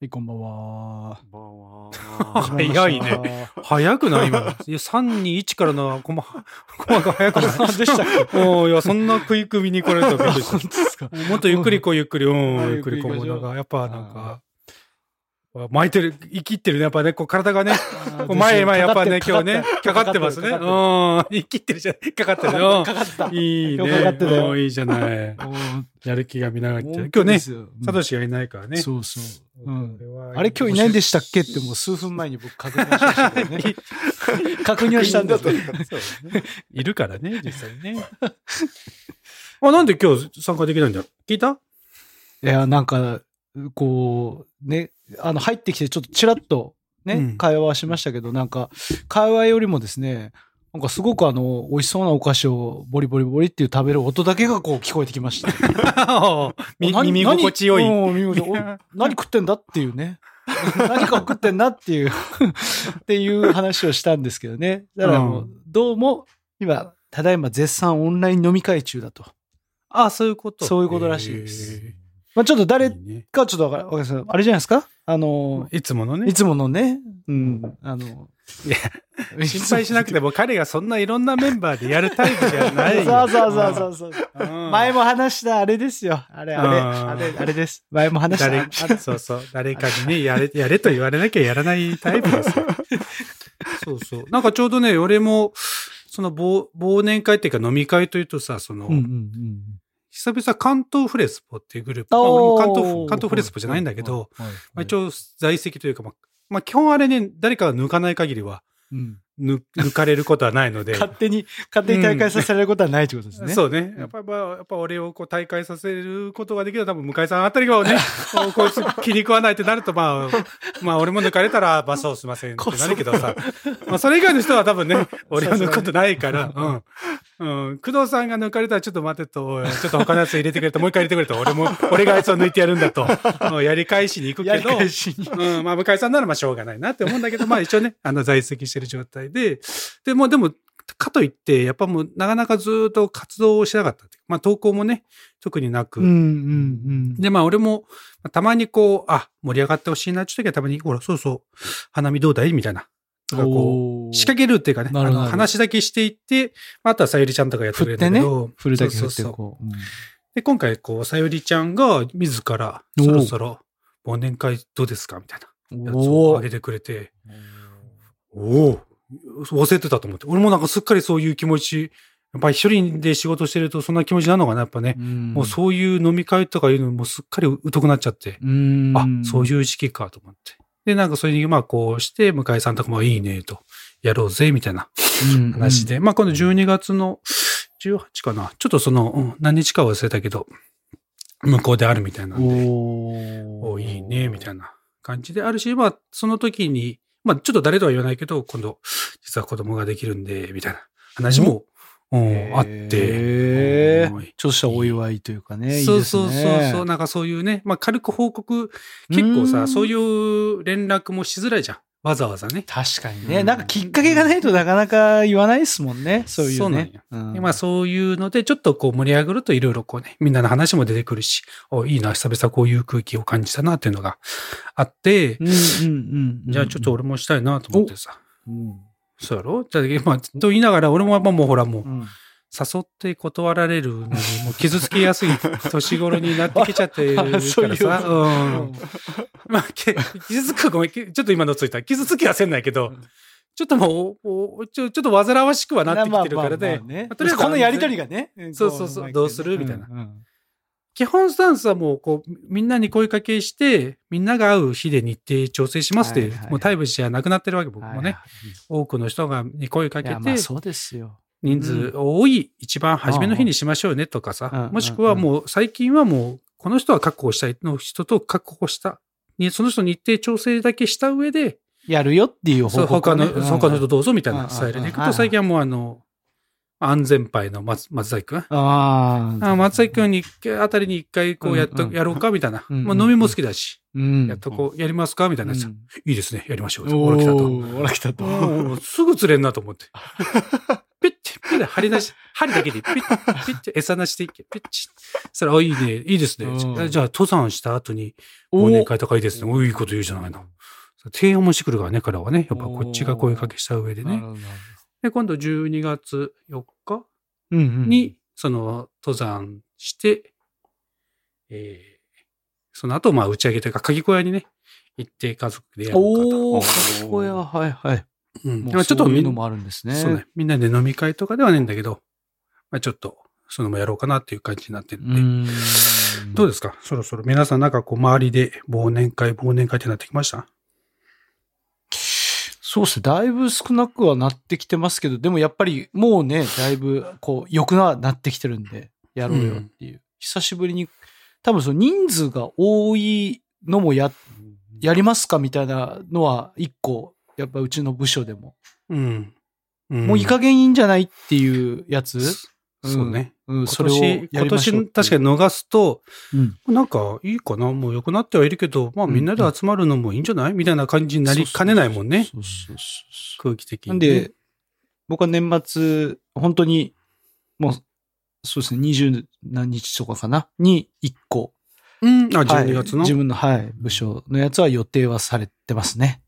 はい、こんばんは。 ばんは。 早いね。早くない今。いや、3、2、1からのコマが早くない。 でしたっけ？ いや、そんな食い組みに来られたらびっくり本当ですか？ もっとゆっくりこう、ゆっくり、 はいゆっくりこう、 ゆっくり行きましょうなんか、やっぱなんか、巻いてる、生きってるね。やっぱね、こう体がね、こう前、やっぱね、今日ね、かかってますね。生きってるじゃない。かかってる。 かかった。 いい今日かかってたよね。いいじゃない。やる気がみながってる。今日ね、サトシがいないからね。 そうそう。あれ今日いないんでしたっけってもう数分前に僕確認しましたけどね。確認はしたんだと。 いるからね、実際ね。なんで今日参加できないんだろう？聞いた？ いや、なんか、こう、ね、入ってきてちょっとチラッとね、会話はしましたけど、なんか、会話よりもですね、なんかすごく美味しそうなお菓子をボリボリボリっていう食べる音だけがこう聞こえてきました。 耳心地よい。 何食ってんだっていうね。何か食ってんなっていうっていう話をしたんですけどね。だからもう、どうも、今、ただいま絶賛オンライン飲み会中だと。 ああ、そういうこと。 そういうことらしいです。まあちょっと誰かちょっとわかりません。あれじゃないですか？ いつものね。 いつものね。 いや、心配しなくても彼がそんないろんなメンバーでやるタイプじゃないよ。 そう。前も話したあれですよ。あれです。前も話した。 そう。誰かにね、やれと言われなきゃやらないタイプですよ。そう。なんかちょうどね、俺も、その忘年会っていうか飲み会というとさ、久々関東フレスポっていうグループ。俺も関東フレスポじゃないんだけど、一応在籍というか、まあ基本あれね、誰かが抜かない限りは、抜かれることはないので。 勝手に大会させられることはないってことですね。 そうね。やっぱ俺をこう大会させることができるのは多分向井さんあたりがね、こいつ気に食わないってなると、まあ俺も抜かれたら、そうすいませんってなるけどさ。まあそれ以外の人は多分ね、俺を抜くことないから、工藤さんが抜かれたらちょっと待てと、ちょっと他のやつ入れてくれと、もう一回入れてくれと、俺があいつを抜いてやるんだと、やり返しに行くけど、まあ向井さんならまあしょうがないなって思うんだけど、まあ一応ね、在籍してる状態でも、かといって、やっぱもうなかなかずっと活動をしなかった。まあ投稿もね、特になく。で、まあ俺も、たまにこう、盛り上がってほしいなって時はたまに、ほら、そう、花見どうだいみたいな。こう仕掛けるっていうかね、話だけしていって、あとはさゆりちゃんとかやってくれるんだけど。 振るだけ振ってこう。 で、今回さゆりちゃんが自ら、そろそろ忘年会どうですかみたいなやつをあげてくれて、忘れてたと思って。俺もなんかすっかりそういう気持ち、やっぱり一人で仕事してるとそんな気持ちなのかな、やっぱね。もうそういう飲み会とかいうのもすっかり疎くなっちゃって。そういう時期かと思って。で、なんかそれにこうして、向井さんとかもいいねと、やろうぜ、みたいな話で。今度12月の18かな。ちょっと何日か忘れたけど、向こうであるみたいなんで。いいね、みたいな感じであるし、その時に、ちょっと誰とは言わないけど、今度、実は子供ができるんで、みたいな話も、あって。 ちょっとしたお祝いというかね。 そう。なんかそういうね、軽く報告、結構さ、そういう連絡もしづらいじゃん。わざわざね。 確かにね。なんかきっかけがないとなかなか言わないですもんね。そういうね。 そうなんよ。そういうので、ちょっとこう盛り上がるといろいろこうね、みんなの話も出てくるし、いいな、久々こういう空気を感じたなっていうのがあって、じゃあちょっと俺もしたいなと思ってさ。そうやろ？じゃあ、と言いながら、俺ももうほらもう、誘って断られるのに、もう傷つきやすい年頃になってきちゃってるからさ。傷つく、ごめん、ちょっと今のついた。傷つきはせんないけど、ちょっともう、ちょっと煩わしくはなってきてるからで、 とりあえずこのやりとりがね。 そう、どうするみたいな。基本スタンスはもう、こう、みんなに声かけして、みんなが会う日で日程調整しますって、もうタイムじゃなくなってるわけ、僕もね。多くの人に声かけて、 そうですよ。 人数多い一番初めの日にしましょうねとかさ、もしくはもう最近はもう、この人は確保したいの人と確保した、その人日程調整だけした上で、 やるよっていう方法、他の人どうぞみたいなスタイルでいくと、最近はもう安全牌の松崎くん。松崎くんにあたりに一回こうやろうかみたいな。飲みも好きだし。やっとこう、やりますかみたいなやつ。いいですね。やりましょう。 ほら来たと。 すぐ釣れんなと思って。 ピッチ、ピッチ、針だけで、ピッチ、ピッチ、餌なしでいけ、ピッチ。そしたら、いいね、いいですね。じゃあ、登山した後に、忘年会とかいいですね。いいこと言うじゃないの。提案もしてくるからね、彼はね。やっぱこっちが声かけした上でね。で、今度12月4日に、その、登山して、その後、打ち上げというか、鍵小屋にね、行って家族でやろうかと。 鍵小屋、はいはい。 ちょっとそういうのもあるんですね。 そうね。みんなで飲み会とかではないんだけど、ちょっと、そのもやろうかなっていう感じになってるんで。どうですか？そろそろ皆さんなんかこう周りで忘年会ってなってきました？ そうですね。だいぶ少なくはなってきてますけど、でもやっぱりもうね、だいぶこう、良くはなってきてるんで、やろうよっていう。久しぶりに、多分その人数が多いのもやりますかみたいなのは一個、やっぱうちの部署でも。もういい加減いいんじゃないっていうやつ。 そうね。 それを今年確かに逃すと、なんかいいかな、もう良くなってはいるけど、みんなで集まるのもいいんじゃない、みたいな感じになりかねないもんね。空気的に、ね。 なんで、僕は年末、本当に、もう、そうですね、20何日とかかなに1個。 12月の、 自分の、部署のやつは予定はされてますね。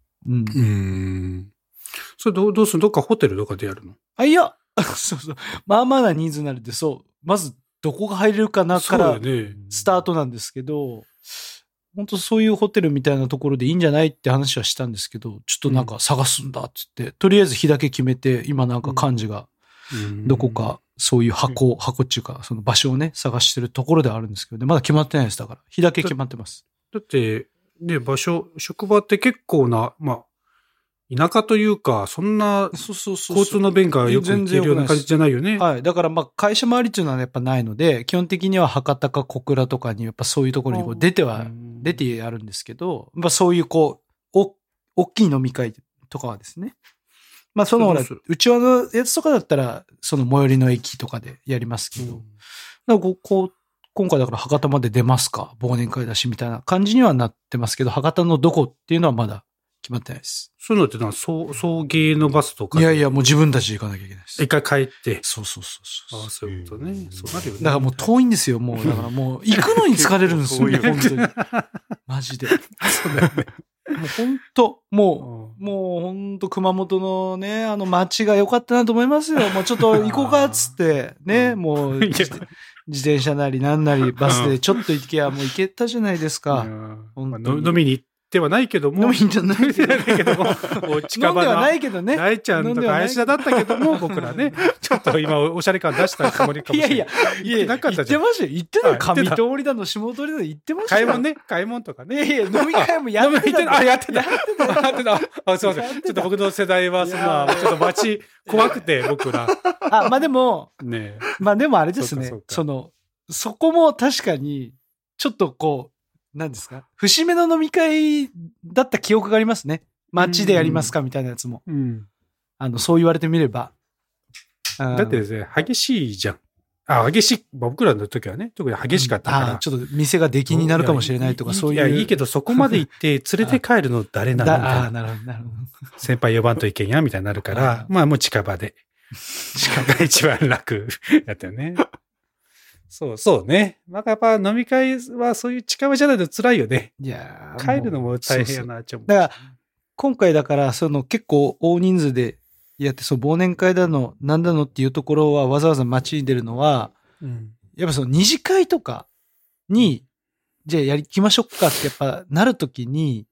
それどうするの？どっかホテルとかでやるの？ いや、そう。まあまあな人数になるんで、まずどこが入れるかなからスタートなんですけど、本当そういうホテルみたいなところでいいんじゃないって話はしたんですけど、ちょっとなんか探すんだっつって、とりあえず日だけ決めて、今なんか幹事がどこかそういう箱っていうか、その場所をね、探してるところではあるんですけど、ね、まだ決まってないです。だから、日だけ決まってます。 だって、ね、職場って結構な、田舎というか、そんな交通の便がよく行けるような感じじゃないよね。 はい。だから会社周りっていうのはやっぱないので、基本的には博多か小倉とかにやっぱそういうところに出てやるんですけど、そういう大きい飲み会とかはですね。そのうちわのやつとかだったら、その最寄りの駅とかでやりますけど、今回だから博多まで出ますか、忘年会だしみたいな感じにはなってますけど、博多のどこっていうのはまだ決まってないです。 そういうのって送迎のバスとか？ いや、もう自分たちで行かなきゃいけないです。 一回帰って。 そう。 そういうことね。そうなるよね。 だからもう遠いんですよ、もう。だからもう行くのに疲れるんですよ、本当に。マジで。 そうだよね。 もう本当、もう本当熊本のね、街が良かったなと思いますよ。もうちょっと行こうかっつって、ね、もう自転車なりなんなりバスでちょっと行けばもう行けたじゃないですか。 飲みに行ってはないけども。 飲みに行ってはないけども。 近場の。 飲んではないけどね。 大ちゃんとか林田だったけども、僕らね。ちょっと今おしゃれ感出したつもりかもしれない。 いや、言ってましたよ。言ってたよ。上通りだの、下通りだの言ってましたよ。 買い物とかね。 いや、飲み会もやってた。 やってた。すいません。ちょっと僕の世代はそんな、ちょっと街怖くて、僕ら。 でも、 ね。 でもあれですね。そこも確かに、ちょっと何ですか？節目の飲み会だった記憶がありますね。街でやりますかみたいなやつも。そう言われてみれば。 だってですね、激しいじゃん。激しい。僕らの時はね、特に激しかったから。 ちょっと店が出禁になるかもしれないとか、そういう。 いや、いいけど、そこまで行って連れて帰るの誰なのみたいな。 なるほど。 先輩呼ばんといけんや、みたいになるから、もう近場で。近場が一番楽やったよね。そうね。やっぱ飲み会はそういう近場じゃないと辛いよね。 いや帰るのも大変やな、ちょっと。 だから、今回だから、結構大人数でやって、忘年会だの、なんだのっていうところはわざわざ街に出るのは、やっぱ二次会とかに、じゃあ行きましょうかってやっぱなるときに、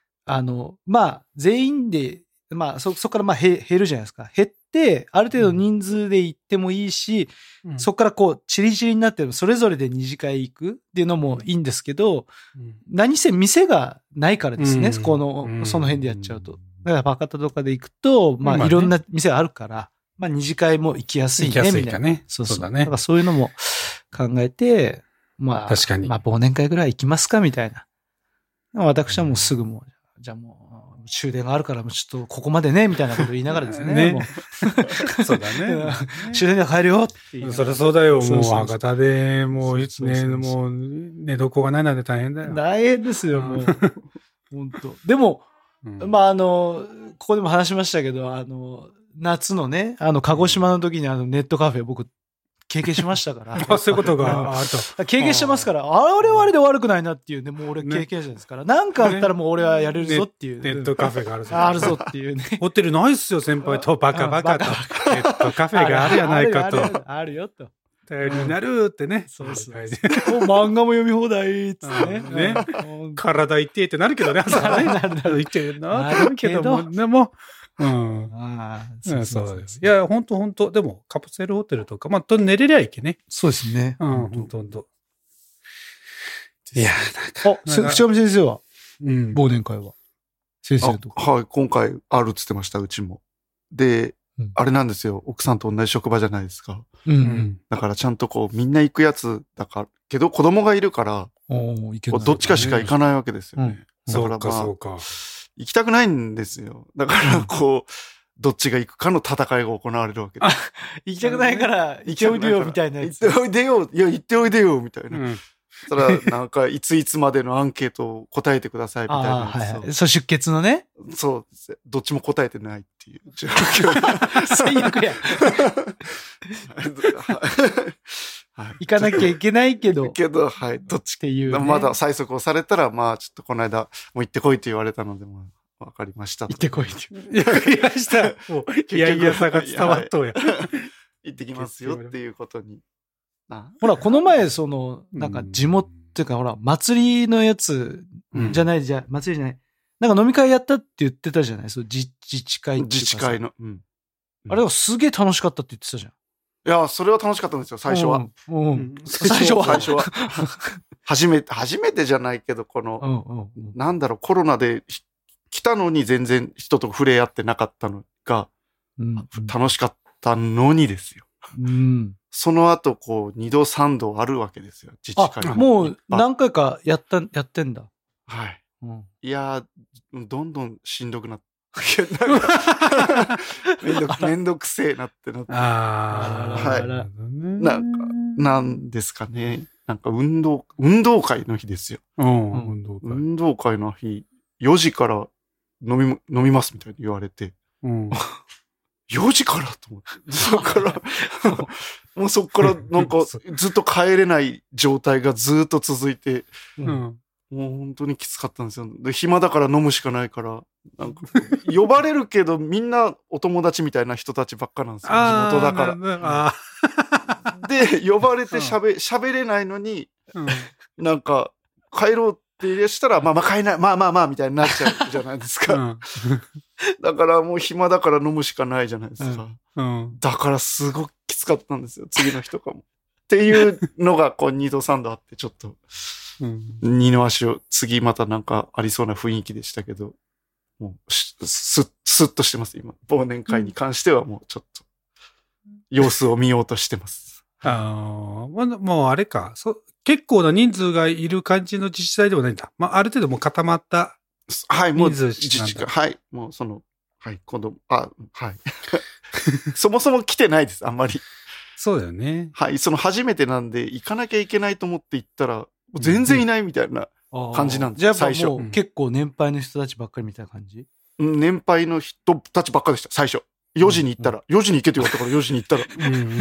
全員で、そこから減るじゃないですか。減って、ある程度人数で行ってもいいし、そこからチリチリになって、それぞれで二次会行くっていうのもいいんですけど、何せ店がないからですね、その辺でやっちゃうと。だから博多とかで行くと、いろんな店があるから、二次会も行きやすいね、みたいな。そうだね。だからそういうのも考えて、 確かに。 忘年会ぐらい行きますかみたいな。私はもうすぐじゃあもう、終電があるからもうちょっとここまでね、みたいなこと言いながらですね。 そうだね。 終電で帰るよってそりゃそうだよ。もう博多で、もう寝床がないなんて大変だよ。 大変ですよ、もう。本当。でも、ここでも話しましたけど、 夏のね、鹿児島の時にネットカフェ僕経験しましたから。 そういうことがあると。 経験してますから、あれはあれで悪くないなっていうね、もう俺経験者ですから。なんかあったらもう俺はやれるぞっていう。 ネットカフェがあるぞ。 あるぞっていうね。 ホテルないっすよ、先輩と。バカバカと。ネットカフェがあるやないかと。 あるよと。 頼りになるってね。 そうそう。漫画も読み放題っつってね。 体痛いってなるけどね、朝ね。なる痛いなってなるけども、でも、そうです。いや、ほんと。でも、カプセルホテルとか、まあ、寝れりゃいけね。 そうですね。 ほんと。いや、 淵上先生は忘年会は先生とか。 はい、今回あるっつってました、うちも。で、あれなんですよ。奥さんと同じ職場じゃないですか。だからちゃんとこう、みんな行くやつだから、けど子供がいるから、どっちかしか行かないわけですよね。だからそうか。 行きたくないんですよ。だからこう、どっちが行くかの戦いが行われるわけです。 行きたくないから、行っておいでよみたいなやつ。 行っておいでよ。いや、行っておいでよみたいな。それはなんか、いつまでのアンケートを答えてくださいみたいな。 そう、出血のね。 そう。どっちも答えてないっていう状況。 最悪や。行かなきゃいけないけど。 はい。どっちっていう。 まだ催促をされたら、まあ、ちょっとこの間、もう行ってこいって言われたので、まあ、わかりました。 行ってこいって。 わかりました。もう、いやさが伝わっとうや。 行ってきますよっていうことに。 ほら、この前、なんか地元っていうか、ほら、祭りのやつじゃない、祭りじゃない。なんか飲み会やったって言ってたじゃないそう、自治会っていうか。 自治会の。 あれはすげえ楽しかったって言ってたじゃん。 いや、それは楽しかったんですよ、最初は。最初は。初めてじゃないけど、なんだろう、コロナで来たのに全然人と触れ合ってなかったのが、楽しかったのにですよ。その後、2度3度あるわけですよ、自治会もう何回かやってんだ。 はい。いやどんどんしんどくなって。めんどくせえなってなって。はい。なんですかね。なんか運動会の日ですよ。運動会の日、4時から飲みますみたいに言われて。4時からと思って。そっからなんかずっと帰れない状態がずっと続いて。もう本当にきつかったんですよ。で、暇だから飲むしかないから、なんか、呼ばれるけどみんなお友達みたいな人たちばっかなんですよ。地元だから。で、呼ばれて喋れないのに、なんか、帰ろうって言いしたら、まあ帰れない、まあみたいになっちゃうじゃないですか。だからもう暇だから飲むしかないじゃないですか。だからすごくきつかったんですよ。次の日とかも。っていうのが2度3度あって、ちょっと。二の足を次またなんかありそうな雰囲気でしたけど、もうスッとしてます、今。忘年会に関してはもうちょっと、様子を見ようとしてます。 もうあれか。結構な人数がいる感じの自治体ではないんだ。まあ、ある程度もう固まった。 はい、もう自治会。はい、もうはい、はい。そもそも来てないです、あんまり。 そうだよね。 はい、初めてなんで行かなきゃいけないと思って行ったら、全然いないみたいな感じなんですよ、最初。 じゃあもう結構年配の人たちばっかりみたいな感じ？ 年配の人たちばっかりでした、最初。4時に行ったら、4時に行けって言われたから4時に行ったら。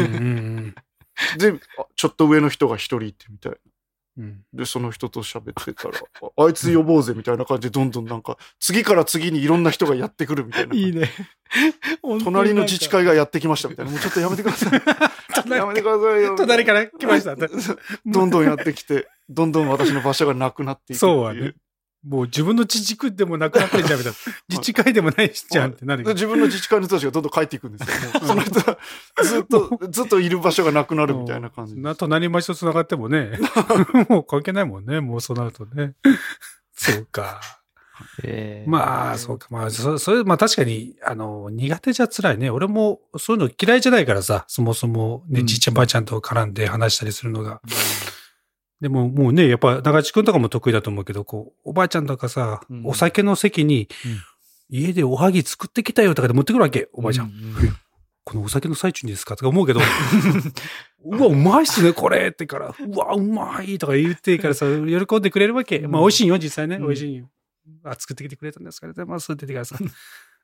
で、ちょっと上の人が1人いてみたいな。で、その人と喋ってたら、あいつ呼ぼうぜみたいな感じで、どんどんなんか、次から次にいろんな人がやってくるみたいな。 いいね。 隣の自治会がやってきましたみたいな。もうちょっとやめてください。やめてくださいよ。 隣から来ました。 どんどんやってきて、どんどん私の場所がなくなっていく。 そうはね。もう自分の自治区でもなくなってんじゃんみたいな。自治会でもないじゃんってなる。 自分の自治会の人たちがどんどん帰っていくんですよ。その人はずっといる場所がなくなるみたいな感じ。 隣町と繋がってもね。もう関係ないもんね。もうそうなるとね。そうか。まあ、そうか。まあ、それ、まあ確かに、苦手じゃ辛いね。俺もそういうの嫌いじゃないからさ、そもそもね、じいちゃんばあちゃんと絡んで話したりするのが。でももうね、やっぱ長地くんとかも得意だと思うけど、おばあちゃんとかさ、お酒の席に、家でおはぎ作ってきたよとかで持ってくるわけ、おばあちゃん。このお酒の最中にですかとか思うけど、うわ、うまいっすね、これってから、うわ、うまいとか言ってからさ、喜んでくれるわけ。まあ美味しいよ、実際ね、美味しいよ。作ってきてくれたんですから、まあそうって言ってからさ。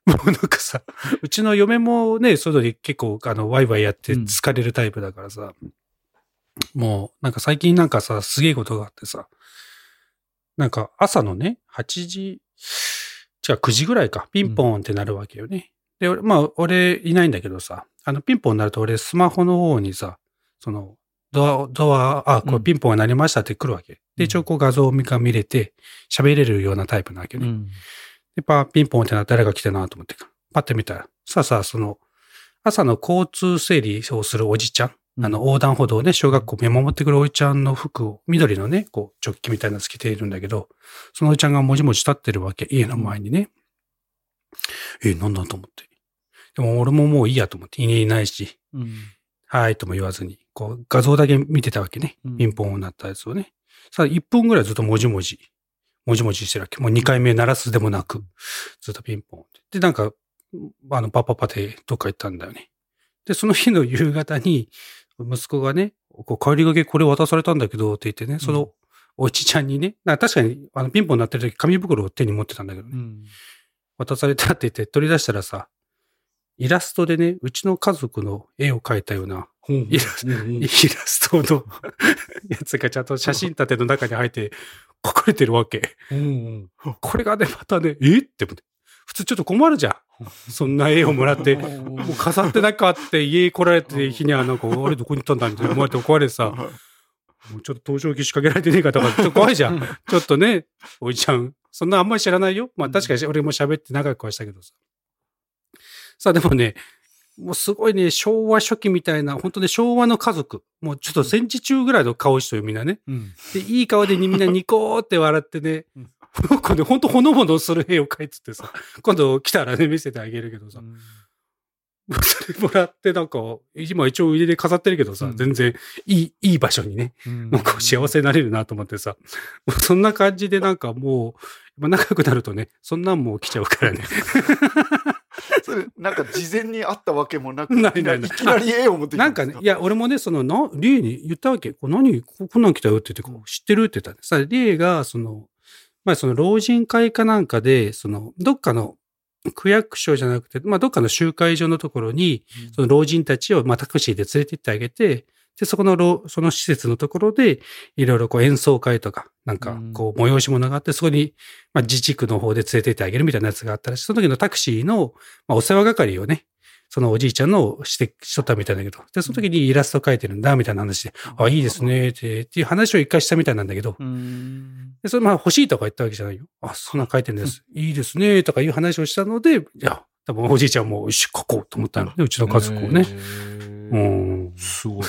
もうなんかさ、うちの嫁もね、外で結構ワイワイやって疲れるタイプだからさ、もうなんか最近なんかさ、すげえことがあってさ、なんか朝のね、8時、9時ぐらいか、ピンポーンってなるわけよね。で、俺いないんだけどさ、ピンポンになると俺スマホの方にさ、ドア、これピンポンが鳴りましたって来るわけ。で、一応こう画像が見れて、喋れるようなタイプなわけね。で、ピンポンってなったら誰が来てなと思って、パッて見たら、朝の交通整理をするおじちゃん、横断歩道をね、小学校見守ってくるおじちゃんの服を、緑のね、こう、ジョッキみたいなのつけているんだけど、そのおじちゃんがもじもじ立ってるわけ、家の前にね。なんだと思って。でも俺ももういいやと思って、いないし、はいとも言わずに、こう、画像だけ見てたわけね。ピンポンになったやつをね。さあ、1分ぐらいずっともじもじしてるわけ。もう2回目鳴らすでもなく、ずっとピンポンって。で、なんか、パパでどっか行ったんだよね。で、その日の夕方に、息子がね、帰りがけこれ渡されたんだけど、って言ってね、そのおじちゃんにね、確かに、ピンポン鳴ってる時紙袋を手に持ってたんだけどね。渡されたって言って取り出したらさ、イラストでね、うちの家族の絵を描いたような、イラストのやつがちゃんと写真立ての中に入って書かれてるわけ。これがね、またね、って思って。普通ちょっと困るじゃん。そんな絵をもらって、もう飾ってなかって家来られて日にはなんか、あれどこに行ったんだみたいな思われて怒られてさ、もうちょっと登場機仕掛けられてねえかとか、ちょっと怖いじゃん。ちょっとね、おじちゃん。そんなあんまり知らないよ。まあ確かに俺も喋って長くはしたけどさ。さあでもね、もうすごいね、昭和初期みたいな、本当ね、昭和の家族。もうちょっと戦時中ぐらいの顔してるみんなね。で、いい顔でみんなニコーって笑ってね、なんかね、ほんとほのぼのする絵を描いててさ、今度来たらね、見せてあげるけどさ、それもらってなんか、今一応家で飾ってるけどさ、全然いい場所にね、なんか幸せになれるなと思ってさ、そんな感じでなんかもう、仲良くなるとね、そんなんもう来ちゃうからね。 それ、なんか事前にあったわけもなく、 ない。 いきなり絵を持ってきたなんかね、いや、俺もね、リエに言ったわけ。こんなん来たよって言って、知ってるって言ったら、さ、リエが、老人会かなんかで、どっかの区役所じゃなくて、どっかの集会所のところに、その老人たちを、タクシーで連れて行ってあげて、で、その施設のところで、いろいろこう演奏会とか、なんか、こう、催し物があって、そこに、自治区の方で連れて行ってあげるみたいなやつがあったらしい。その時のタクシーの、お世話係をね、そのおじいちゃんのしとったみたいだけど、で、その時にイラスト描いてるんだ、みたいな話で、いいですね、っていう話を一回したみたいなんだけど、で、それ欲しいとか言ったわけじゃないよ。そんな描いてるんです。いいですね、とかいう話をしたので、いや、多分おじいちゃんも、よし、描こうと思ったので、うちの家族をね。 すごい。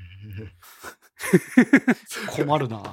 困るな。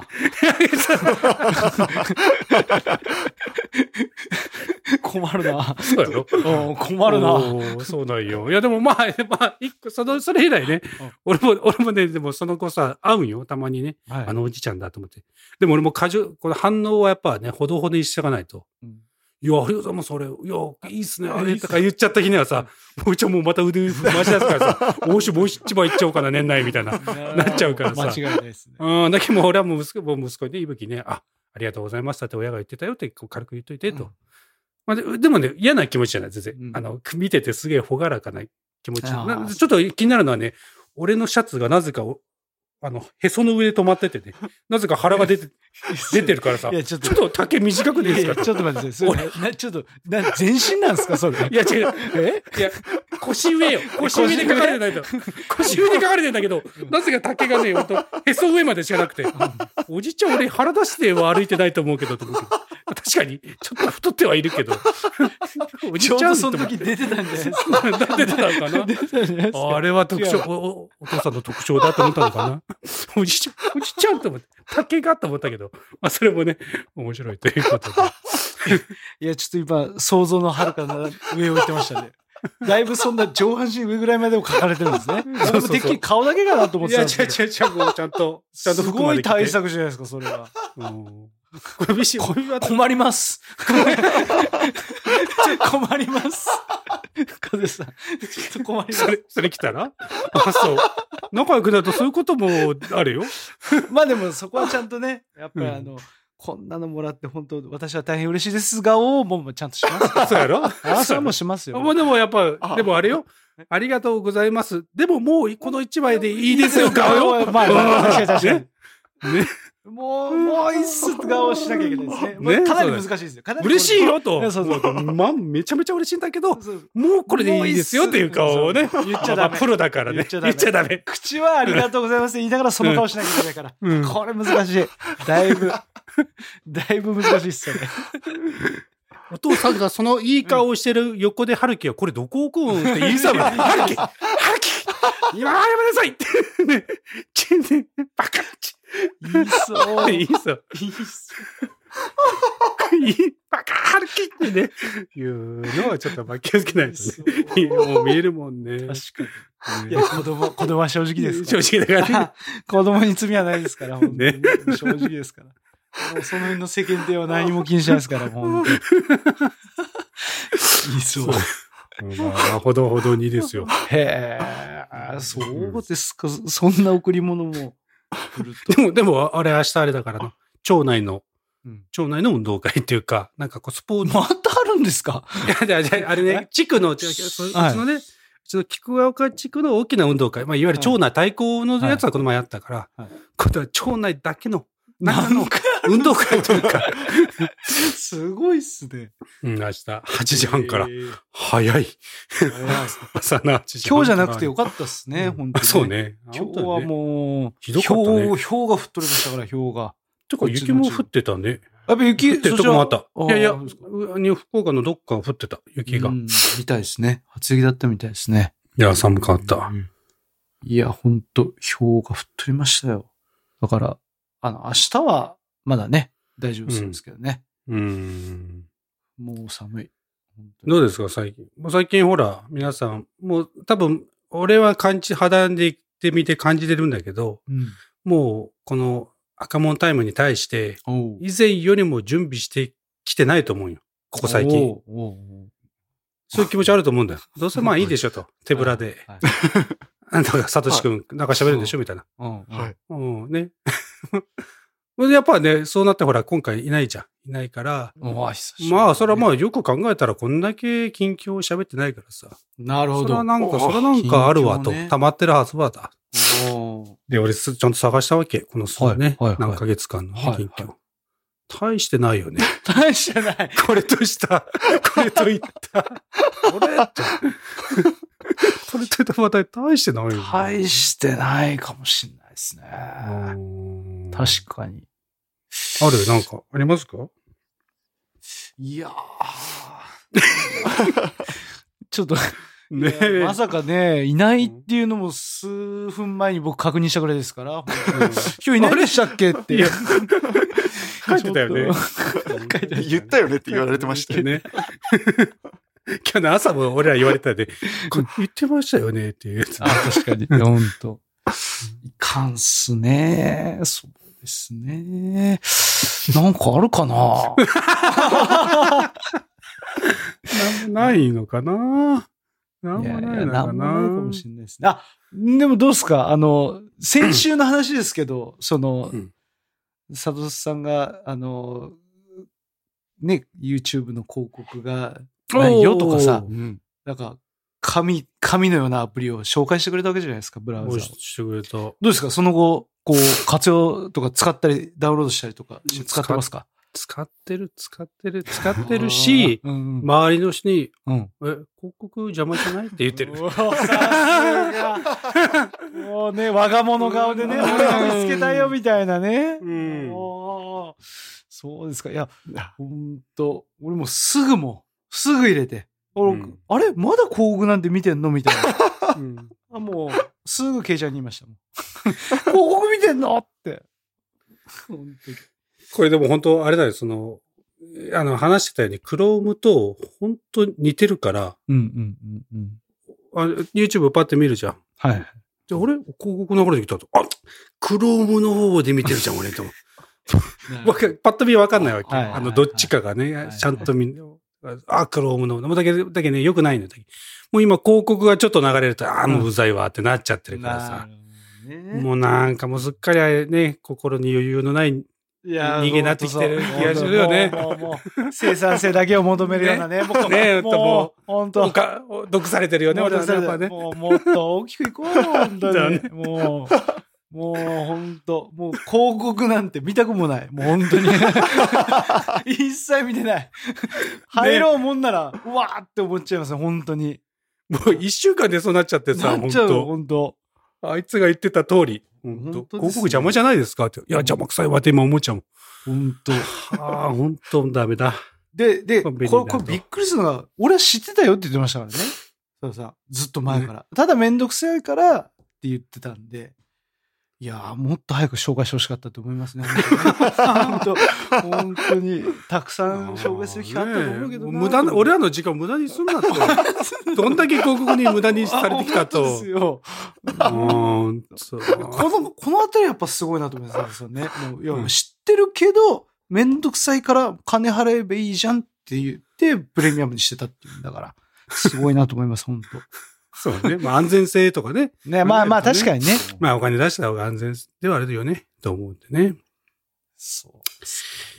困るな。 そうやろ。 困るな。 そうなんよ。いやでも一個、それ以来ね、俺もね、でもその子さ、会うんよ、たまにね。おじちゃんだと思って。でも俺もこの反応はやっぱね、ほどほどにしとかないと。いや、ありがとうございます、それ。いや、いいっすね。とか言っちゃった日にはさ、もううちはもうまた腕回し出すからさ、もう一番いっちゃおうかな、年内みたいな、なっちゃうからさ。 間違いないですね。 だけど俺はもう息子で、いぶきね、ありがとうございましたって親が言ってたよって軽く言っといて、と。でもね、嫌な気持ちじゃない、全然。見ててすげえほがらかな気持ち。ちょっと気になるのはね、俺のシャツがなぜか、へその上で止まっててね。なぜか腹が出てるからさ。いや、ちょっと丈短くでいいですか？ ちょっと待ってください。ちょっと、全身なんですかそれ。 いや、違う。いや、腰上よ。腰上で書かれてないと。腰上で書かれてんだけど、なぜか丈がね、ほんと、へそ上までしかなくて。おじちゃん俺腹出しては歩いてないと思うけど、確かに、ちょっと太ってはいるけど。 おじちゃんその時出てたんじゃないですか。 出てたのかな。出てたんじゃないですか。あれは特徴、お父さんの特徴だと思ったのかな。おじちゃんと思って、竹がと思ったけど、それもね、面白いということで。 いや、ちょっと今、想像のはるかな上を言ってましたね。だいぶそんな上半身上ぐらいまでも書かれてるんですね。そうてっきり顔だけかなと思ってたんですけど。 いや、もうちゃんとすごい対策じゃないですか、それは。困ります。困ります。風さん、ちょっと困ります。 それ来たらそう。仲良くなるとそういうこともあるよ。 でもそこはちゃんとね、やっぱりこんなのもらって本当私は大変嬉しいですがをもうちゃんとします。 そうやろ？ それもしますよ。 でもやっぱ、でもあれよ。ありがとうございます。でももうこの1枚でいいですよ、顔よ。 まあ、確かに。ね。もういいっす顔しなきゃいけないですね。かなり難しいですよ。 嬉しいよと。めちゃめちゃ嬉しいんだけど、もうこれでいいですよっていう顔をね。 言っちゃダメ。 プロだからね。言っちゃダメ。 口はありがとうございますって言いながらその顔しなきゃいけないから。これ難しい。だいぶ難しいっすよね。 お父さんがそのいい顔をしてる横で春樹はこれどこ置くんって言いそうな。春樹今やめなさいって。バカ言いそう。 バカ春樹ってね。言うのはちょっと気をつけないとね。もう見えるもんね。 確かに。いや、子供は正直ですから。正直だからね。 子供に罪はないですから、本当に。正直ですから。もうその辺の世間体は何も気にしないですから、本当に。言いそう。 ほどほどにですよ。 へえ、そうですか。そんな贈り物も。 でも、あれ明日あれだからな。町内の運動会っていうか、なんかスポーツ。 またあるんですか？ いや、あれね、地区の、うちの菊岡地区の大きな運動会。まあ、いわゆる町内対抗のやつはこの前あったから、今度は町内だけの、運動会というか。 すごいっすね。 明日8時半から。早い。朝の8時半。 今日じゃなくてよかったっすね、本当に。 そうね。 今日はもう、 ひどかったね。 氷が降っとりましたから、氷が。 てか、雪も降ってたね。 やっぱ雪降ってるとこもあった。いや、福岡のどっか降ってた、雪が。 みたいですね。初雪だったみたいですね。 いや、寒かった。 いや、ほんと、氷が降っとりましたよ。だから、明日は、まだね、大丈夫そうですけどね。もう寒い。 どうですか、最近。最近ほら、皆さん、もう多分、俺は肌で行ってみて感じてるんだけど、もう、この赤門タイムに対して、以前よりも準備してきてないと思うよ。ここ最近。そういう気持ちあると思うんだよ。どうせまあいいでしょと。手ぶらで。なんか、サトシ君、なんか喋るんでしょみたいな。ね。やっぱね、そうなってほら、今回いないじゃん。いないから。まあ、それはまあよく考えたらこんだけ近況を喋ってないからさ。 なるほど。 それはなんかあるわと。溜まってるはずはだ。で、俺ちゃんと探したわけ。このね、何ヶ月間の近況。大してないよね。 大してない。 これとした。これと言った。これと言ったまた大してないよね。 大してないかもしれないですね。確かに。 なんか、ありますか？ いやちょっと、ねまさかね、いないっていうのも数分前に僕確認したぐらいですから、今日いないでしたっけって。 書いてたよね。 言ったよねって言われてましたよね。 今日の朝も俺ら言われたで、言ってましたよねっていう。 確かに。ほんと。いかんすね。そうですね。なんかあるかなないのかななんもないのかななんもないかもしれないですね。でもどうですか先週の話ですけど、佐藤さんが、ね、YouTube の広告がないよとかさ、なんか、紙のようなアプリを紹介してくれたわけじゃないですか、ブラウザを。 してくれた。どうですかその後、活用とか使ったり、ダウンロードしたりとか、使ってますか？ 使ってるし、周りの人に、広告邪魔じゃないって言ってる。 さすが。もうね、我が物顔でね、俺が見つけたよみたいなね。そうですか。いや、ほんと、俺もすぐ入れて。あれまだ広告なんて見てんのみたいな。もう、すぐケイちゃんに言いましたもん。広告見てんのって。 これでも本当あれだよ、話してたように、Chrome と本当似てるから、YouTube パッて見るじゃん。 はい。 じゃあ俺、広告流れてきたと。Chrome の方で見てるじゃん、俺と。パッと見わかんないわけ。どっちかがね、ちゃんとChrome の。だけね、良くないの。もう今広告がちょっと流れると、もううざいわってなっちゃってるからさ。もうなんかもうすっかりね、心に余裕のない逃げなってきてる気がするよね。 もう生産性だけを求めるようなね。 もう、 本当毒されてるよね、俺はね。 もっと大きくいこうよ、本当に。もう本当もう広告なんて見たくもない。もう本当に。一切見てない。入ろうもんなら、うわーって思っちゃいますね、本当に。 もう一週間でそうなっちゃってさ、 なっちゃうよ、本当。 あいつが言ってた通り。広告邪魔じゃないですかって。いや、邪魔くさいわって今思っちゃうもん。 本当。 ああ、本当ダメだ。 で、これびっくりするのが、俺は知ってたよって言ってましたからね。そうさ、ずっと前から。ただめんどくさいからって言ってたんで、いやー、もっと早く紹介してほしかったと思いますね。本当に、たくさん紹介する機会あったと思うけどな。 俺らの時間を無駄にすんなと。どんだけ広告に無駄にされてきたと。 そうですよ。このあたりやっぱすごいなと思いますよね。もう知ってるけど、めんどくさいから金払えばいいじゃんって言って、プレミアムにしてたっていうんだから、すごいなと思います、本当。 そうね。まあ安全性とかね。 ね、まあ確かにね。 まあお金出した方が安全ではあるよね。と思うんでね。 そう。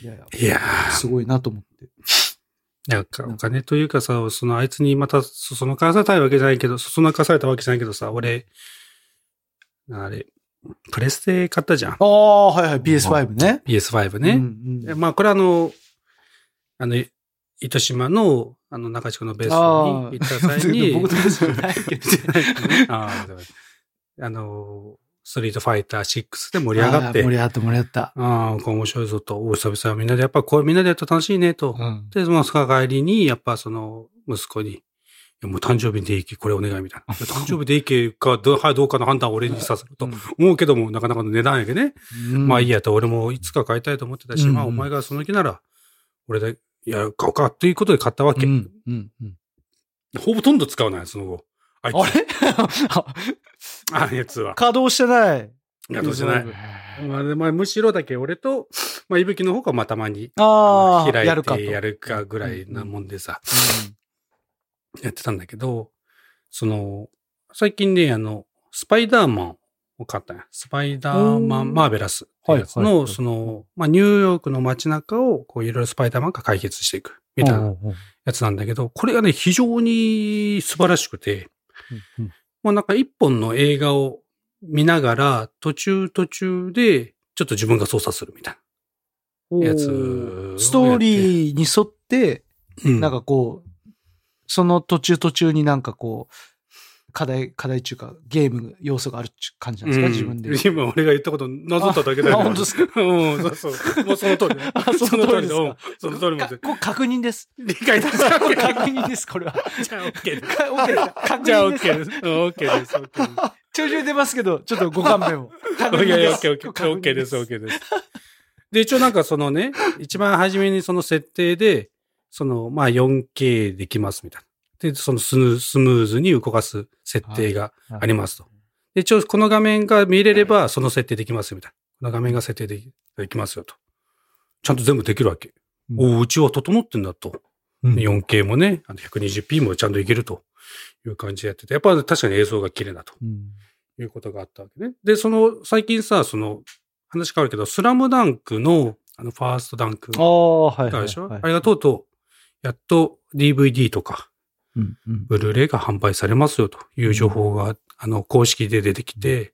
いやすごいなと思って。 いや、お金というかさ、あいつにまた、そそのかされたわけじゃないけど、そそのかされたわけじゃないけどさ、俺、あれ、プレステ買ったじゃん。 ああ、はいはい、PS5 ね。 PS5 ね。まあこれ糸島の、中地区のベースに行った際に、 僕のベースじゃないけど。 ストリートファイター6で盛り上がって。 盛り上がった。 面白いぞと。久々みんなで、やっぱみんなでやると楽しいねと。で、その帰りに、やっぱ息子に、いやもう誕生日でいいけ、これお願いみたいな。誕生日でいいけか、どうかの判断を俺にさせると思うけども、なかなかの値段やけね。まあいいやと、俺もいつか買いたいと思ってたし、まあお前がその気なら、俺で、いや、買おうかということで買ったわけ。ほとんど使わない、その後。 あれやつは。 稼働してない。 稼働してない。まあ、むしろだけ俺と、まあ、いぶきの方がまあたまに、開いてやるかぐらいなもんでさ、やってたんだけど、最近ね、スパイダーマンを買ったんや。スパイダーマンマーベラスの、まあ、ニューヨークの街中を、こう、いろいろスパイダーマンが解決していく、みたいなやつなんだけど、これがね、非常に素晴らしくて、まあ、なんか一本の映画を見ながら、途中で、ちょっと自分が操作するみたいなやつ。 ストーリーに沿って、なんかこう、その途中になんかこう、課題中か、ゲーム要素があるって感じなんですか、自分で。 今俺が言ったことなぞっただけだよ。 本当ですか。 そう。もうその通り。 その通りですか。 その通りも。 確認です。 理解だ。 確認です、これは。 じゃあ OK です。 じゃあ OK です。OK です。 ちょいちょい出ますけど、ちょっとご勘弁を。 OK です。OK です。で、一応なんかね、一番初めにその設定で、まあ 4K できますみたいな。で、スムーズに動かす設定がありますと。で、一応この画面が見れればその設定できますみたいな。この画面が設定できますよと。ちゃんと全部できるわけ。うちは整ってんだと。4K もね、120p もちゃんといけるという感じでやってて、やっぱ確かに映像が綺麗だということがあったわけね。で、最近さ、話変わるけど、スラムダンクの、ファーストダンク。あれでしょ？あれがとうとう、やっと DVD とか、ブルーレイが販売されますよという情報が、公式で出てきて、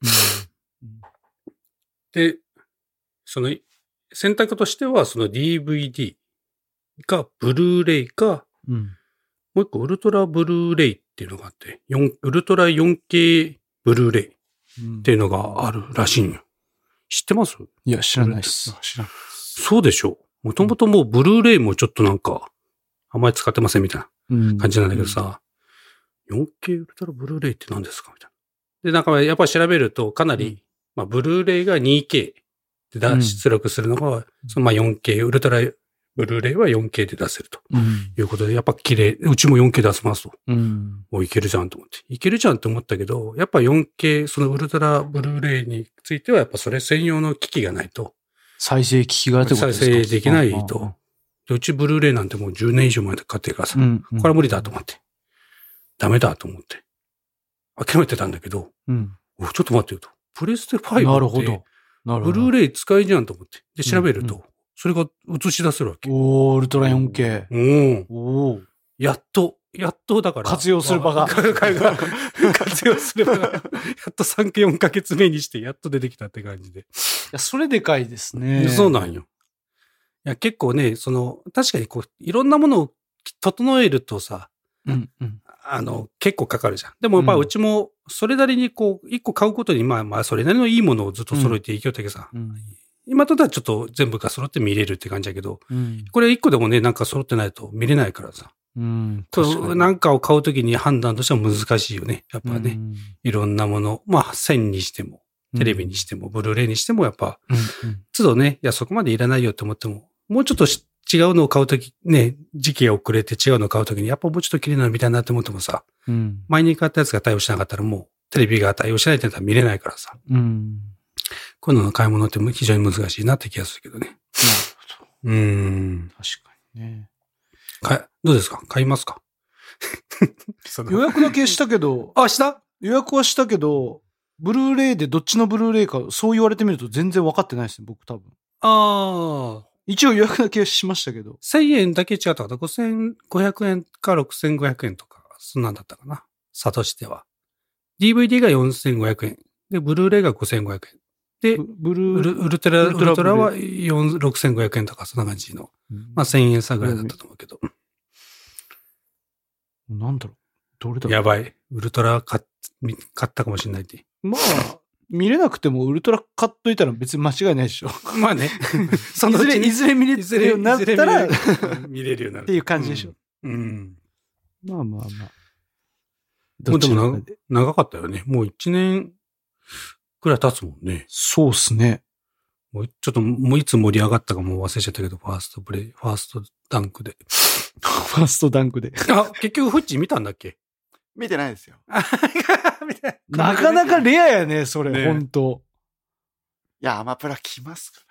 で、選択としては、DVD か、ブルーレイか、もう一個ウルトラブルーレイっていうのがあって、ウルトラ 4K ブルーレイっていうのがあるらしいんよ。知ってます？ いや、知らないです。 そうでしょ。もともともうブルーレイもちょっとなんか、あんまり使ってませんみたいな感じなんだけどさ、4K ウルトラブルーレイって何ですかみたいな。で、なんかやっぱり調べるとかなり、まあブルーレイが 2K で出力するのが、まあ 4K、ウルトラブルーレイは 4K で出せるということで、やっぱ綺麗、うちも 4K 出せますと。もういけるじゃんと思って。いけるじゃんって思ったけど、やっぱ 4K、そのウルトラブルーレイについてはやっぱそれ専用の機器がないと。 再生機器があるってことですか？ 再生できないと。でうちブルーレイなんてもう10年以上前で買ってるからさ、これは無理だと思って。ダメだと思って。諦めてたんだけど、ちょっと待ってよと。プレステ5って、 ブルーレイ使いじゃんと思って。で、調べると、それが映し出せるわけ。 ウルトラ 4K。 やっとだから。 活用する場が。 活用する場が。やっと3、4ヶ月目にして、やっと出てきたって感じで。いや、それでかいですね。 そうなんよ。いや、結構ね、確かにいろんなものを整えるとさ、結構かかるじゃん。でもやっぱうちも、それなりに一個買うことに、それなりのいいものをずっと揃えていきよったけどさ、今とはちょっと全部が揃って見れるって感じだけど、これ一個でもね、なんか揃ってないと見れないからさ。なんかを買うときに判断としては難しいよね。やっぱね。いろんなもの。線にしても、テレビにしても、ブルーレイにしてもやっぱ、都度ね、いや、そこまでいらないよって思っても、もうちょっと違うのを買うとき、ね、時期が遅れて違うのを買うときに、やっぱもうちょっと綺麗なの見たいなって思ってもさ、前に買ったやつが対応しなかったらもう、テレビが対応しないって言ったら見れないからさ。こういうのの買い物って非常に難しいなって気がするけどね。なるほど。確かにね。 どうですか？買いますか？ 予約だけしたけど。 した予約はしたけど、ブルーレイでどっちのブルーレイか、そう言われてみると全然分かってないですね、僕多分。一応予約だけしましたけど。 1000円だけ違ったかな？ 5500 円か6500円とか、そんなんだったかな。差としては。DVD が4500円。で、ブルーレイが5500円。で、ウルトラは6500円とか、そんな感じの。1000円差ぐらいだったと思うけど。 なんだろう。どれだろう。 やばい。ウルトラ買ったかもしれないって。 見れなくてもウルトラ買っといたら別に間違いないでしょ。 まあね。 いずれ見れるようになったら、 見れるようになる。 っていう感じでしょ。まあ。 でも長かったよね。もう1年くらい経つもんね。 そうっすね。 もういつ盛り上がったかもう忘れちゃったけど、ファーストダンクで。 ファーストダンクで。 結局フッチ見たんだっけ？ 見てないですよ。 なかなかレアやね、それ、ほんと。 いや、アマプラ来ますか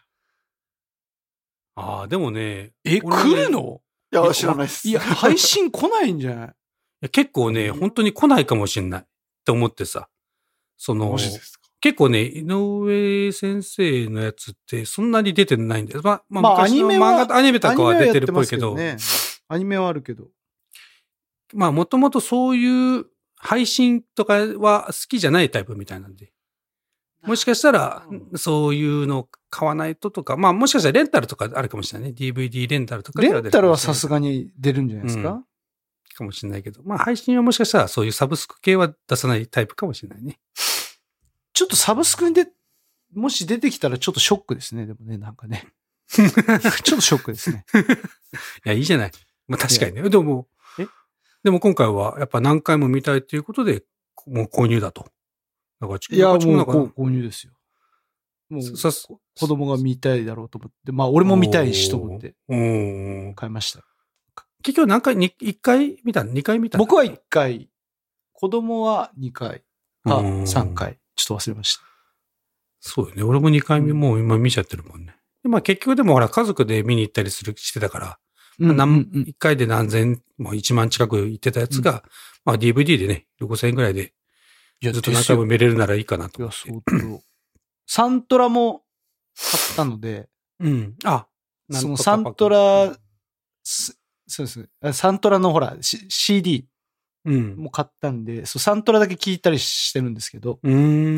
ら。でもね。 来るの？ いや、知らないです。 いや、配信来ないんじゃない？ 結構ね、本当に来ないかもしれないって思ってさ。 マジですか？ 結構ね、井上先生のやつってそんなに出てないんだよ。 アニメとかは出てるっぽいけど。 アニメはあるけど。 もともとそういう配信とかは好きじゃないタイプみたいなんで。もしかしたら、そういうの買わないととか、もしかしたらレンタルとかあるかもしれないね。DVD レンタルとか。 レンタルはさすがに出るんじゃないですか？ かもしれないけど。配信はもしかしたらそういうサブスク系は出さないタイプかもしれないね。 ちょっとサブスクにもし出てきたらちょっとショックですね。でもね、なんかね。ちょっとショックですね。 いや、いいじゃない。確かにね。でも今回はやっぱ何回も見たいということで、もう購入だと。だからいや、もう購入ですよ。もう子供が見たいだろうと思って。俺も見たいしと思って。買いました。 結局何回、1回見た ?2 回見た？ 僕は1回。子供は2回か3回。ちょっと忘れました。 そうよね。俺も2回目もう今見ちゃってるもんね。で結局でもほら家族で見に行ったりしてたから、1回で何千、1万近く行ってたやつが、DVD でね、5000円ぐらいで、ずっと何回も見れるならいいかなと思って。いや、そう。 サントラも買ったので、そのサントラ、そうです。サントラのほら、CD も買ったんで、サントラだけ聞いたりしてるんですけど、これ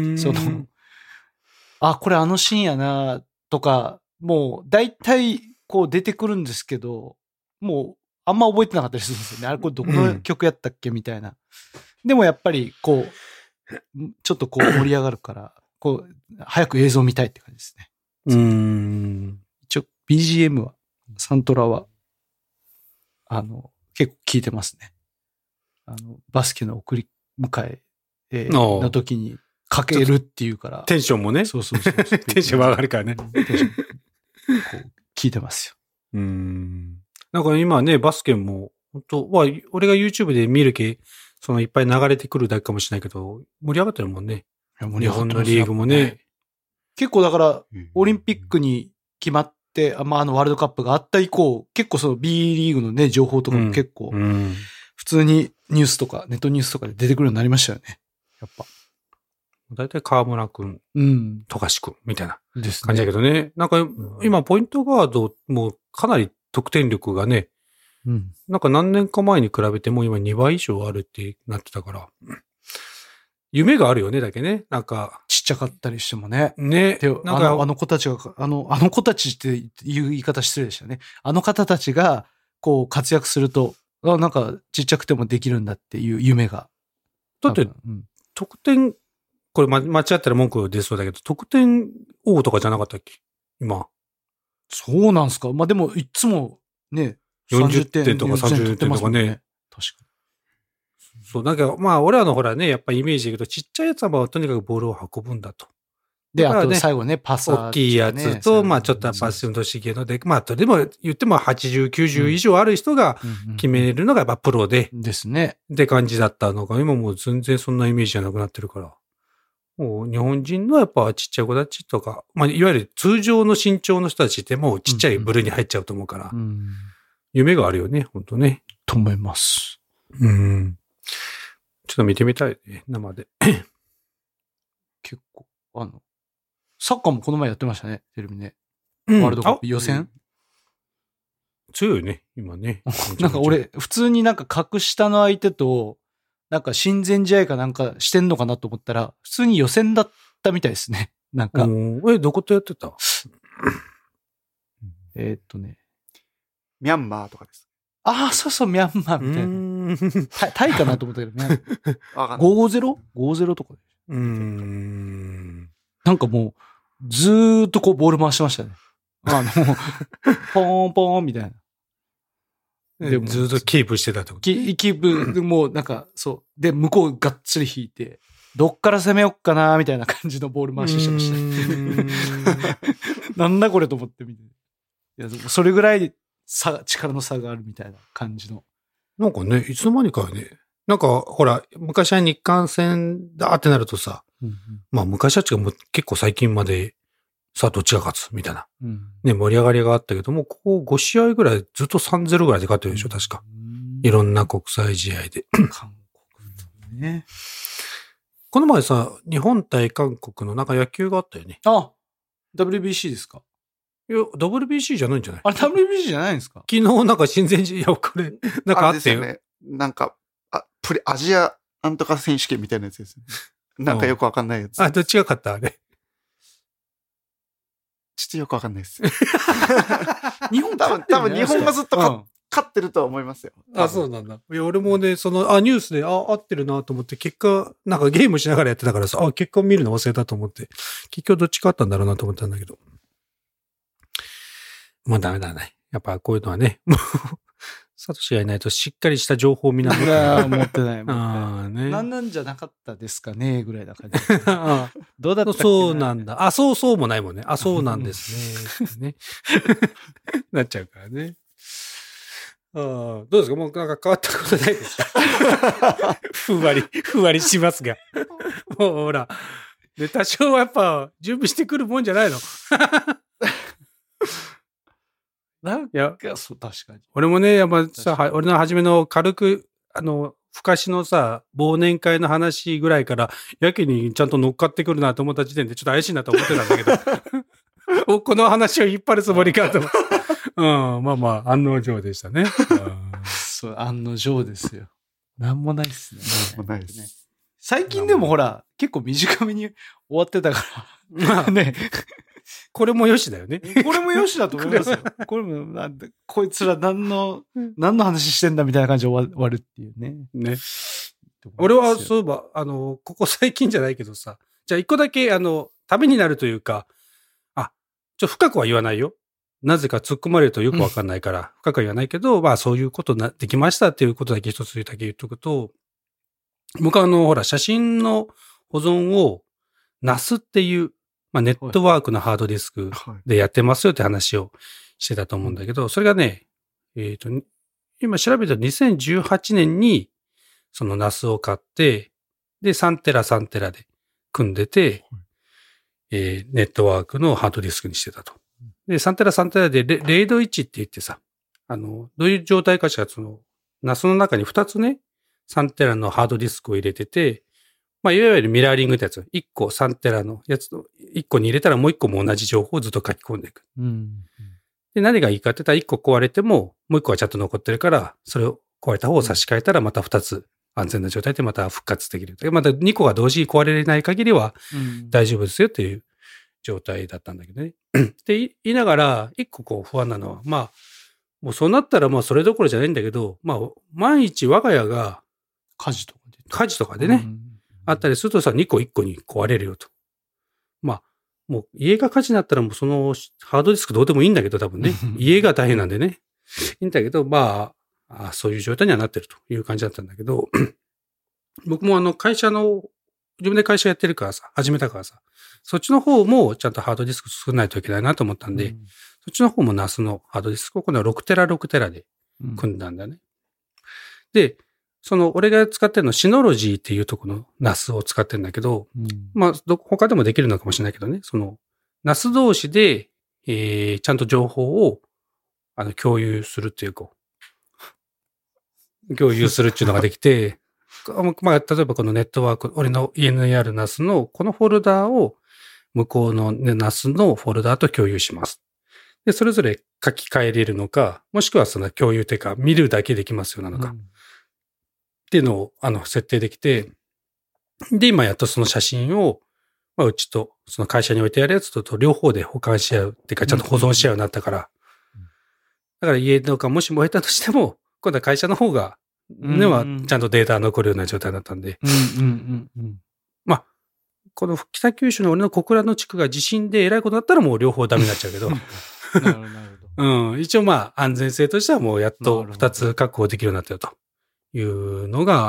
あのシーンやなとか、もう大体こう出てくるんですけど、もうあんま覚えてなかったりするんですよね。あれこれどこの曲やったっけみたいな。でもやっぱりこう、ちょっとこう盛り上がるから、こう、早く映像見たいって感じですね。一応 BGM は、サントラは、結構聞いてますね。バスケの送り迎えの時にかけるっていうから。 テンションもね。 そう。 テンションも上がるからね。 テンションこう聞いてますよ。 なんか今ね、バスケも、本当俺が YouTube で見るいっぱい流れてくるだけかもしれないけど、盛り上がってるもんね。日本のリーグもね。 結構だから、オリンピックに決まって、ワールドカップがあった以降、結構その B リーグのね、情報とかも結構、普通にニュースとか、ネットニュースとかで出てくるようになりましたよね。やっぱ。 だいたい河村くん、富樫くんみたいな感じだけどね。なんか今ポイントガードもかなり得点力がね、なんか何年か前に比べても今2倍以上あるってなってたから、夢があるよね、だけね。なんか。 ちっちゃかったりしてもね。 ね。 なんかあの子たちが、あの子たちっていう言い方失礼でしたね。あの方たちが、こう活躍すると、なんかちっちゃくてもできるんだっていう夢が。 だって、得点、これ間違ったら文句出そうだけど、得点王とかじゃなかったっけ今。 そうなんすか。まあでも、いつもね、 40点とか30点とかね。 確かに。 そう、なんか、まあ、俺らのほらね、やっぱイメージだけど、ちっちゃいやつはとにかくボールを運ぶんだと。 で、あと最後ね、パス大きいやつと、まあ、ちょっとパスのしげので、まあ、でも言っても80、90以上ある人が決めるのがやっぱプロで。 ですね。 って感じだったのが、今もう全然そんなイメージじゃなくなってるから。もう日本人のやっぱちっちゃい子たちとか、まあ、いわゆる通常の身長の人たちってもうちっちゃい部類に入っちゃうと思うから。夢があるよね、本当ね。 と思います。 ちょっと見てみたいね、生で。 結構、サッカーもこの前やってましたね、テレビね。ワールドカップ予選、 強いね、今ね。 なんか俺、普通になんか格下の相手と、なんか親善試合かなんかしてんのかなと思ったら、普通に予選だったみたいですね。なんか。 どことやってたミャンマーとかです。 ああ、そうそう、ミャンマーみたいな。タイかなと思ったけどね。5-0?5-0 とかで。なんかもう、ずーっとこうボール回してましたね。ポーンポーンみたいな。 でもずっとキープしてたってこと、 ね、キープ、もうなんか、そう。で、向こうがっつり引いて、どっから攻めよっかなみたいな感じのボール回ししてました。なんだこれと思って見て。いや、それぐらい力の差があるみたいな感じの。 なんかね、いつの間にかね、なんか、ほら、昔は日韓戦だってなるとさ、まあ昔たちが結構最近まで、さあどっちが勝つみたいな。ね、盛り上がりがあったけども、ここ5試合ぐらいずっと 3-0 ぐらいで勝ってるでしょ、確か。いろんな国際試合で。韓国ね。この前さ、日本対韓国のなんか野球があったよね。 あ、WBC ですか？ いや、WBC じゃないんじゃない？ あれ WBC じゃないんですか？ 昨日なんか親善試合、これ、なんかあったよね。 なんか、アジアなんとか選手権みたいなやつですね。なんかよくわかんないやつ。 どっちが勝ったあれ。 ちょっとよくわかんないです。 日本多分日本がずっと勝ってるとは思いますよ。 そうなんだ。いや、俺もね、ニュースで、合ってるなと思って、結果、なんかゲームしながらやってたからさ、結果見るの忘れたと思って、結局どっち勝ったんだろうなと思ったんだけど。まあダメだね。やっぱこういうのはね、もう、サトシがいないとしっかりした情報をみんな持ってない。 持ってない。なんなんじゃなかったですかねぐらいな感じ。どうだったっけ？ そうなんだ。そうもないもんね。そうなんですね。ねなっちゃうからね。どうですか？もうなんか変わったことないですか？ふんわりしますが。もうほら、ね、多少はやっぱ準備してくるもんじゃないの？ なんか、そう、確かに。 俺もね、やっぱさ、俺の初めの軽く、ふかしのさ、忘年会の話ぐらいから、やけにちゃんと乗っかってくるなと思った時点でちょっと怪しいなと思ってたんだけど、この話を引っ張るつもりかと。まあまあ、案の定でしたね。 そう、案の定ですよ。なんもないっすね。 なんもないですね。 最近でもほら、結構短めに終わってたから。ね。 これもよしだよね。 これもよしだと思いますよ。これも、なんで、こいつら何の話してんだみたいな感じで終わるっていうね。 ね。俺はそういえば、ここ最近じゃないけどさ、じゃあ一個だけ、ためになるというか、深くは言わないよ。なぜか突っ込まれるとよくわかんないから、深くは言わないけど、まあそういうことできましたっていうことだけ一つだけ言っとくと、僕ほら、写真の保存を、NAS っていう、まあ、ネットワークのハードディスクでやってますよって話をしてたと思うんだけど、それがね、今調べたら2018年にその NAS を買って、で、3テラで組んでて、ネットワークのハードディスクにしてたと。で、3テラでレイド1って言ってさ、どういう状態かしら、NAS の中に2つね、3テラのハードディスクを入れてて、 まあ、いわゆるミラーリングってやつ。1個3テラのやつと、1個に入れたらもう1個も同じ情報をずっと書き込んでいく。で、何がいいかって言ったら1個壊れても、もう1個はちゃんと残ってるから、それを壊れた方を差し替えたらまた2つ安全な状態でまた復活できる。また2個が同時に壊れない限りは大丈夫ですよっていう状態だったんだけどね。って言いながら、1個こう不安なのは、まあ、もうそうなったらまあそれどころじゃないんだけど、まあ、万一我が家が火事とかでね、あったりするとさ、2個1個に壊れるよと。まあ、もう家が火事になったらもうそのハードディスクどうでもいいんだけど多分ね、家が大変なんでね、いいんだけど、まあ、そういう状態にはなってるという感じだったんだけど、僕も自分で会社やってるからさ、始めたからさ、そっちの方もちゃんとハードディスク作らないといけないなと思ったんで、そっちの方も NAS のハードディスクを今度は6テラ6テラで組んだんだよね。で、俺が使ってるのシノロジーっていうところの NAS を使ってるんだけど、まあ、他でもできるのかもしれないけどね、NAS 同士で、ちゃんと情報を、共有するっていうか、共有するっていうのができて、まあ、例えばこのネットワーク、俺の家にある NAS のこのフォルダを向こうの NAS のフォルダと共有します。で、それぞれ書き換えれるのか、もしくはその共有というか見るだけできますよなのか、っていうのを設定できて、で、今やっとその写真を、まあ、うちとその会社に置いてあるやつと両方で保管し合うっていうか、ちゃんと保存し合うようになったから、だから家とかもし燃えたとしても、今度は会社の方が、はちゃんとデータが残るような状態だったんで。まあ、この北九州の俺の小倉の地区が地震で偉いことだったらもう両方ダメになっちゃうけど。なるほど。一応まあ安全性としてはもうやっと2つ確保できるようになったよというのが、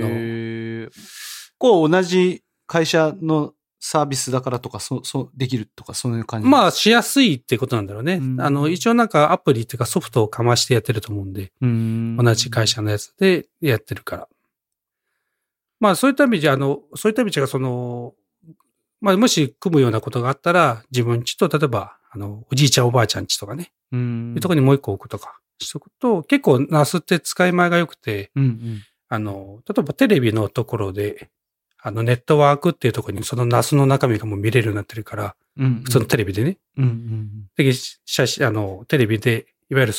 こう同じ会社のサービスだからとか、できるとか、そういう感じ。 まあ、しやすいってことなんだろうね。一応なんかアプリっていうかソフトをかましてやってると思うんで、同じ会社のやつでやってるから。まあ、そういった意味じゃ、まあ、もし組むようなことがあったら、自分家と、例えば、おじいちゃんおばあちゃん家とかね、いうところにもう一個置くとかしとくと、結構 NAS って使い前が良くて、例えばテレビのところで、ネットワークっていうところにその NAS の中身がもう見れるようになってるから、普通のテレビでね。で、テレビで、いわゆる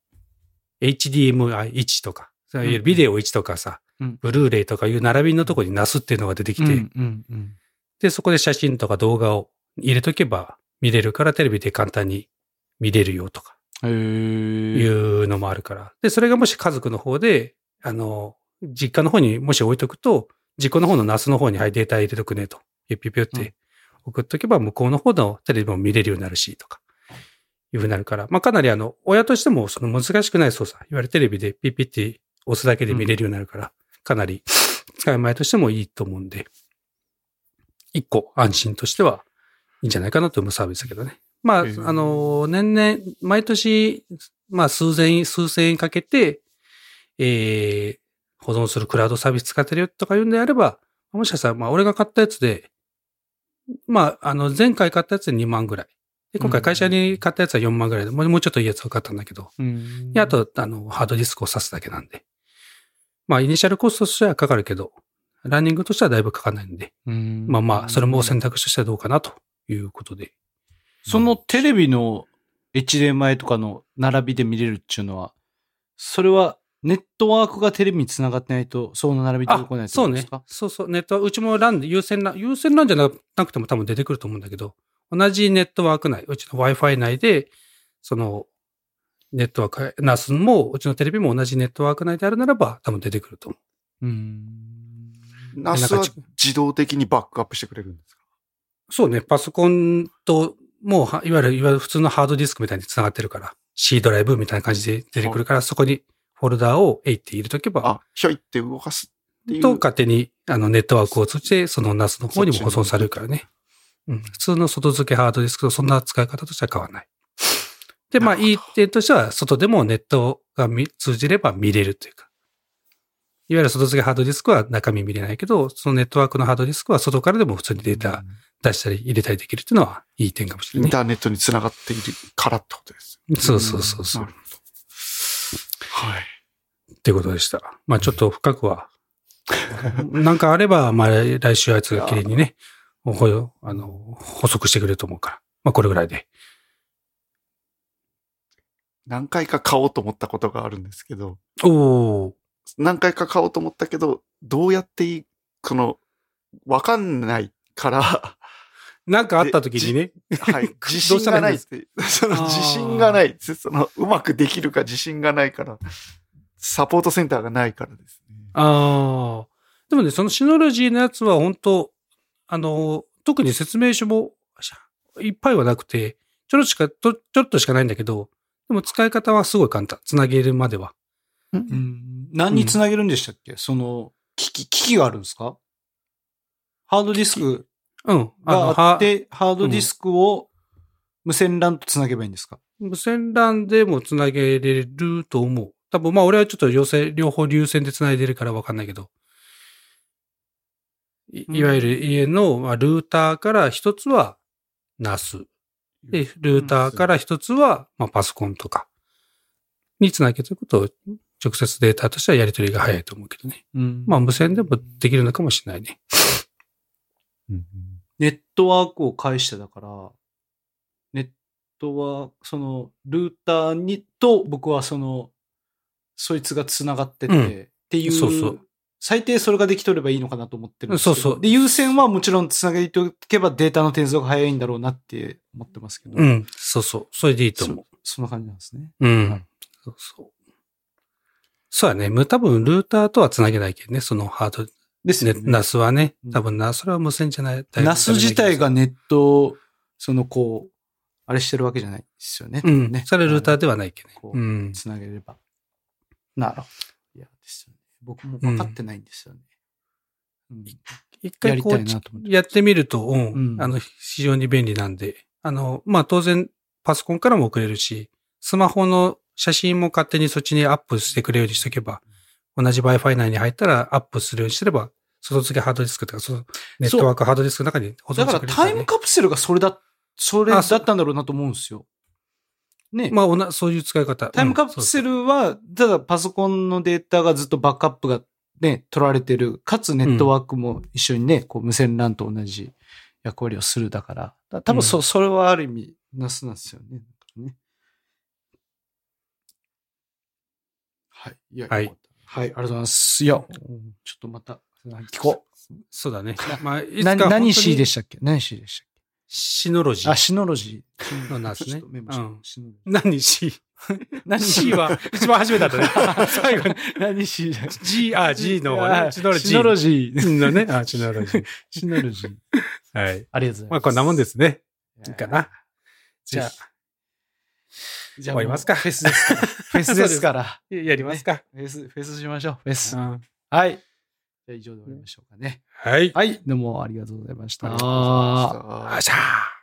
HDMI1 とか、いわゆるビデオ1とかさ、ブルーレイとかいう並びのところに NAS っていうのが出てきて、で、そこで写真とか動画を入れとけば見れるから、テレビで簡単に見れるよとか、いうのもあるから。で、それがもし家族の方で、実家の方にもし置いとくと、自己の方の NAS の方にデータ入れとくねと、ピュピュピュって送っとけば、向こうの方のテレビも見れるようになるし、とか、いうふうになるから、まあ、かなり親としても難しくない操作、いわゆるテレビでピッピッって押すだけで見れるようになるから、かなり使い前としてもいいと思うんで、一個安心としてはいいんじゃないかなと思うサービスだけどね。まあ、年々、毎年、まあ、数千円かけて、保存するクラウドサービス使ってるよとか言うんであれば、もしかしたら、まあ、俺が買ったやつで、まあ、前回買ったやつで2万ぐらい。で、今回会社に買ったやつは4万ぐらいで、もうちょっといいやつを買ったんだけど、で、あと、ハードディスクを挿すだけなんで。まあ、イニシャルコストとしてはかかるけど、ランニングとしてはだいぶかかんないんで、まあまあ、それも選択肢としてはどうかなということで。 そのテレビの HDMI とかの並びで見れるっていうのは、それは、ネットワークがテレビに繋がってないと、その並び出てこないってことですか？ そうね。ネットワーク、うちもLANで有線LANじゃなくても多分出てくると思うんだけど、同じネットワーク内、うちの Wi-Fi 内で、ネットワーク、NAS も、うちのテレビも同じネットワーク内であるならば、多分出てくると思う。 NAS は自動的にバックアップしてくれるんですか？ そうね。パソコンと、もう、いわゆる普通のハードディスクみたいに繋がってるから、C ドライブみたいな感じで出てくるから、そこに、フォルダをって入れとけば。 ひょいって動かすっていう。 と、勝手に、ネットワークを通じて、その NAS の方にも保存されるからね。普通の外付けハードディスクとそんな使い方としては変わらない。で、まあ、いい点としては、外でもネットが通じれば見れるというか。いわゆる外付けハードディスクは中身見れないけど、そのネットワークのハードディスクは外からでも普通にデータ出したり入れたりできるっていうのは、いい点かもしれない。 インターネットに繋がっているからってことです。 そう。 はい。 ってことでした。まあちょっと深くはなんかあれば、まあ来週あいつが綺麗にね、補足してくれると思うから。まあこれぐらいで。 何回か買おうと思ったことがあるんですけど。 何回か買おうと思ったけど、どうやっていい、わかんないから、 なんかあった時にね。 はい。自信がないって。自信がない。うまくできるか自信がないから、サポートセンターがないからですね。 でもね、そのシノロジーのやつは本当特に説明書もいっぱいはなくて、ちょっとしかないんだけど、でも使い方はすごい簡単。つなげるまでは。 何につなげるんでしたっけ？機器があるんですか？ハードディスクがあって、ハードディスクを無線 LAN とつなげばいいんですか？ 無線 LAN でもつなげれると思う。多分、まあ俺はちょっと両方流線でつないでるからわかんないけど。いわゆる家のルーターから一つは NAS。で、ルーターから一つはパソコンとかにつなげていくと、直接データとしてはやり取りが早いと思うけどね。まあ無線でもできるのかもしれないね。 ネットワークを介してだから、ネットワーク、ルーターにと僕はそいつが繋がってて、っていう、そう最低それができとればいいのかなと思ってるんですけど。そう。で、優先はもちろん繋げておけばデータの転送が早いんだろうなって思ってますけど。 そう。それでいいと思う。 そんな感じなんですね。 はい、そうやね。多分ルーターとは繋げないけどね、そのハード。 ですよね。 NAS はね。多分それは無線じゃない。 NAS 自体がネット、あれしてるわけじゃないですよね。 それルーターではないけどね。繋げれば。なるほど。いや、ですよね。僕も分かってないんですよね。 一回やってみると、非常に便利なんで、当然パソコンからも送れるし、スマホの写真も勝手にそっちにアップしてくれるようにしとけば、同じ Wi-Fi 内に入ったらアップするようにすれば、外付けハードディスクとか、ネットワークハードディスクの中に保存してくれる、 だからタイムカプセルがそれだったんだろうなと思うんですよ。ね。 そういう使い方。 タイムカプセルは、ただパソコンのデータがずっとバックアップがね、取られてる。かつネットワークも一緒にね、無線 LAN と同じ役割をするだから。多分それはある意味、NAS なんですよね。はい。いや、はい。はい、ありがとうございます。いや、ちょっとまた、聞こう。 そうだね。 何 C でしたっけ？何 C でしたっけ？ シノロジー。 シノロジーのナスね。 何 C？ 何 C は一番初めだったね。最後に。 何 C？ G のシノロジー。 のね。シノロジー。 シノロジー。 はい。 ありがとうございます。 こんなもんですね。いいかな。 じゃあ終わりますか。 フェスですから。フェスですから。 やりますか。 フェスしましょう。フェス。はい。じゃあ以上で終わりましょうかね。 はい。 はい。どうもありがとうございました。 ありがとうございました。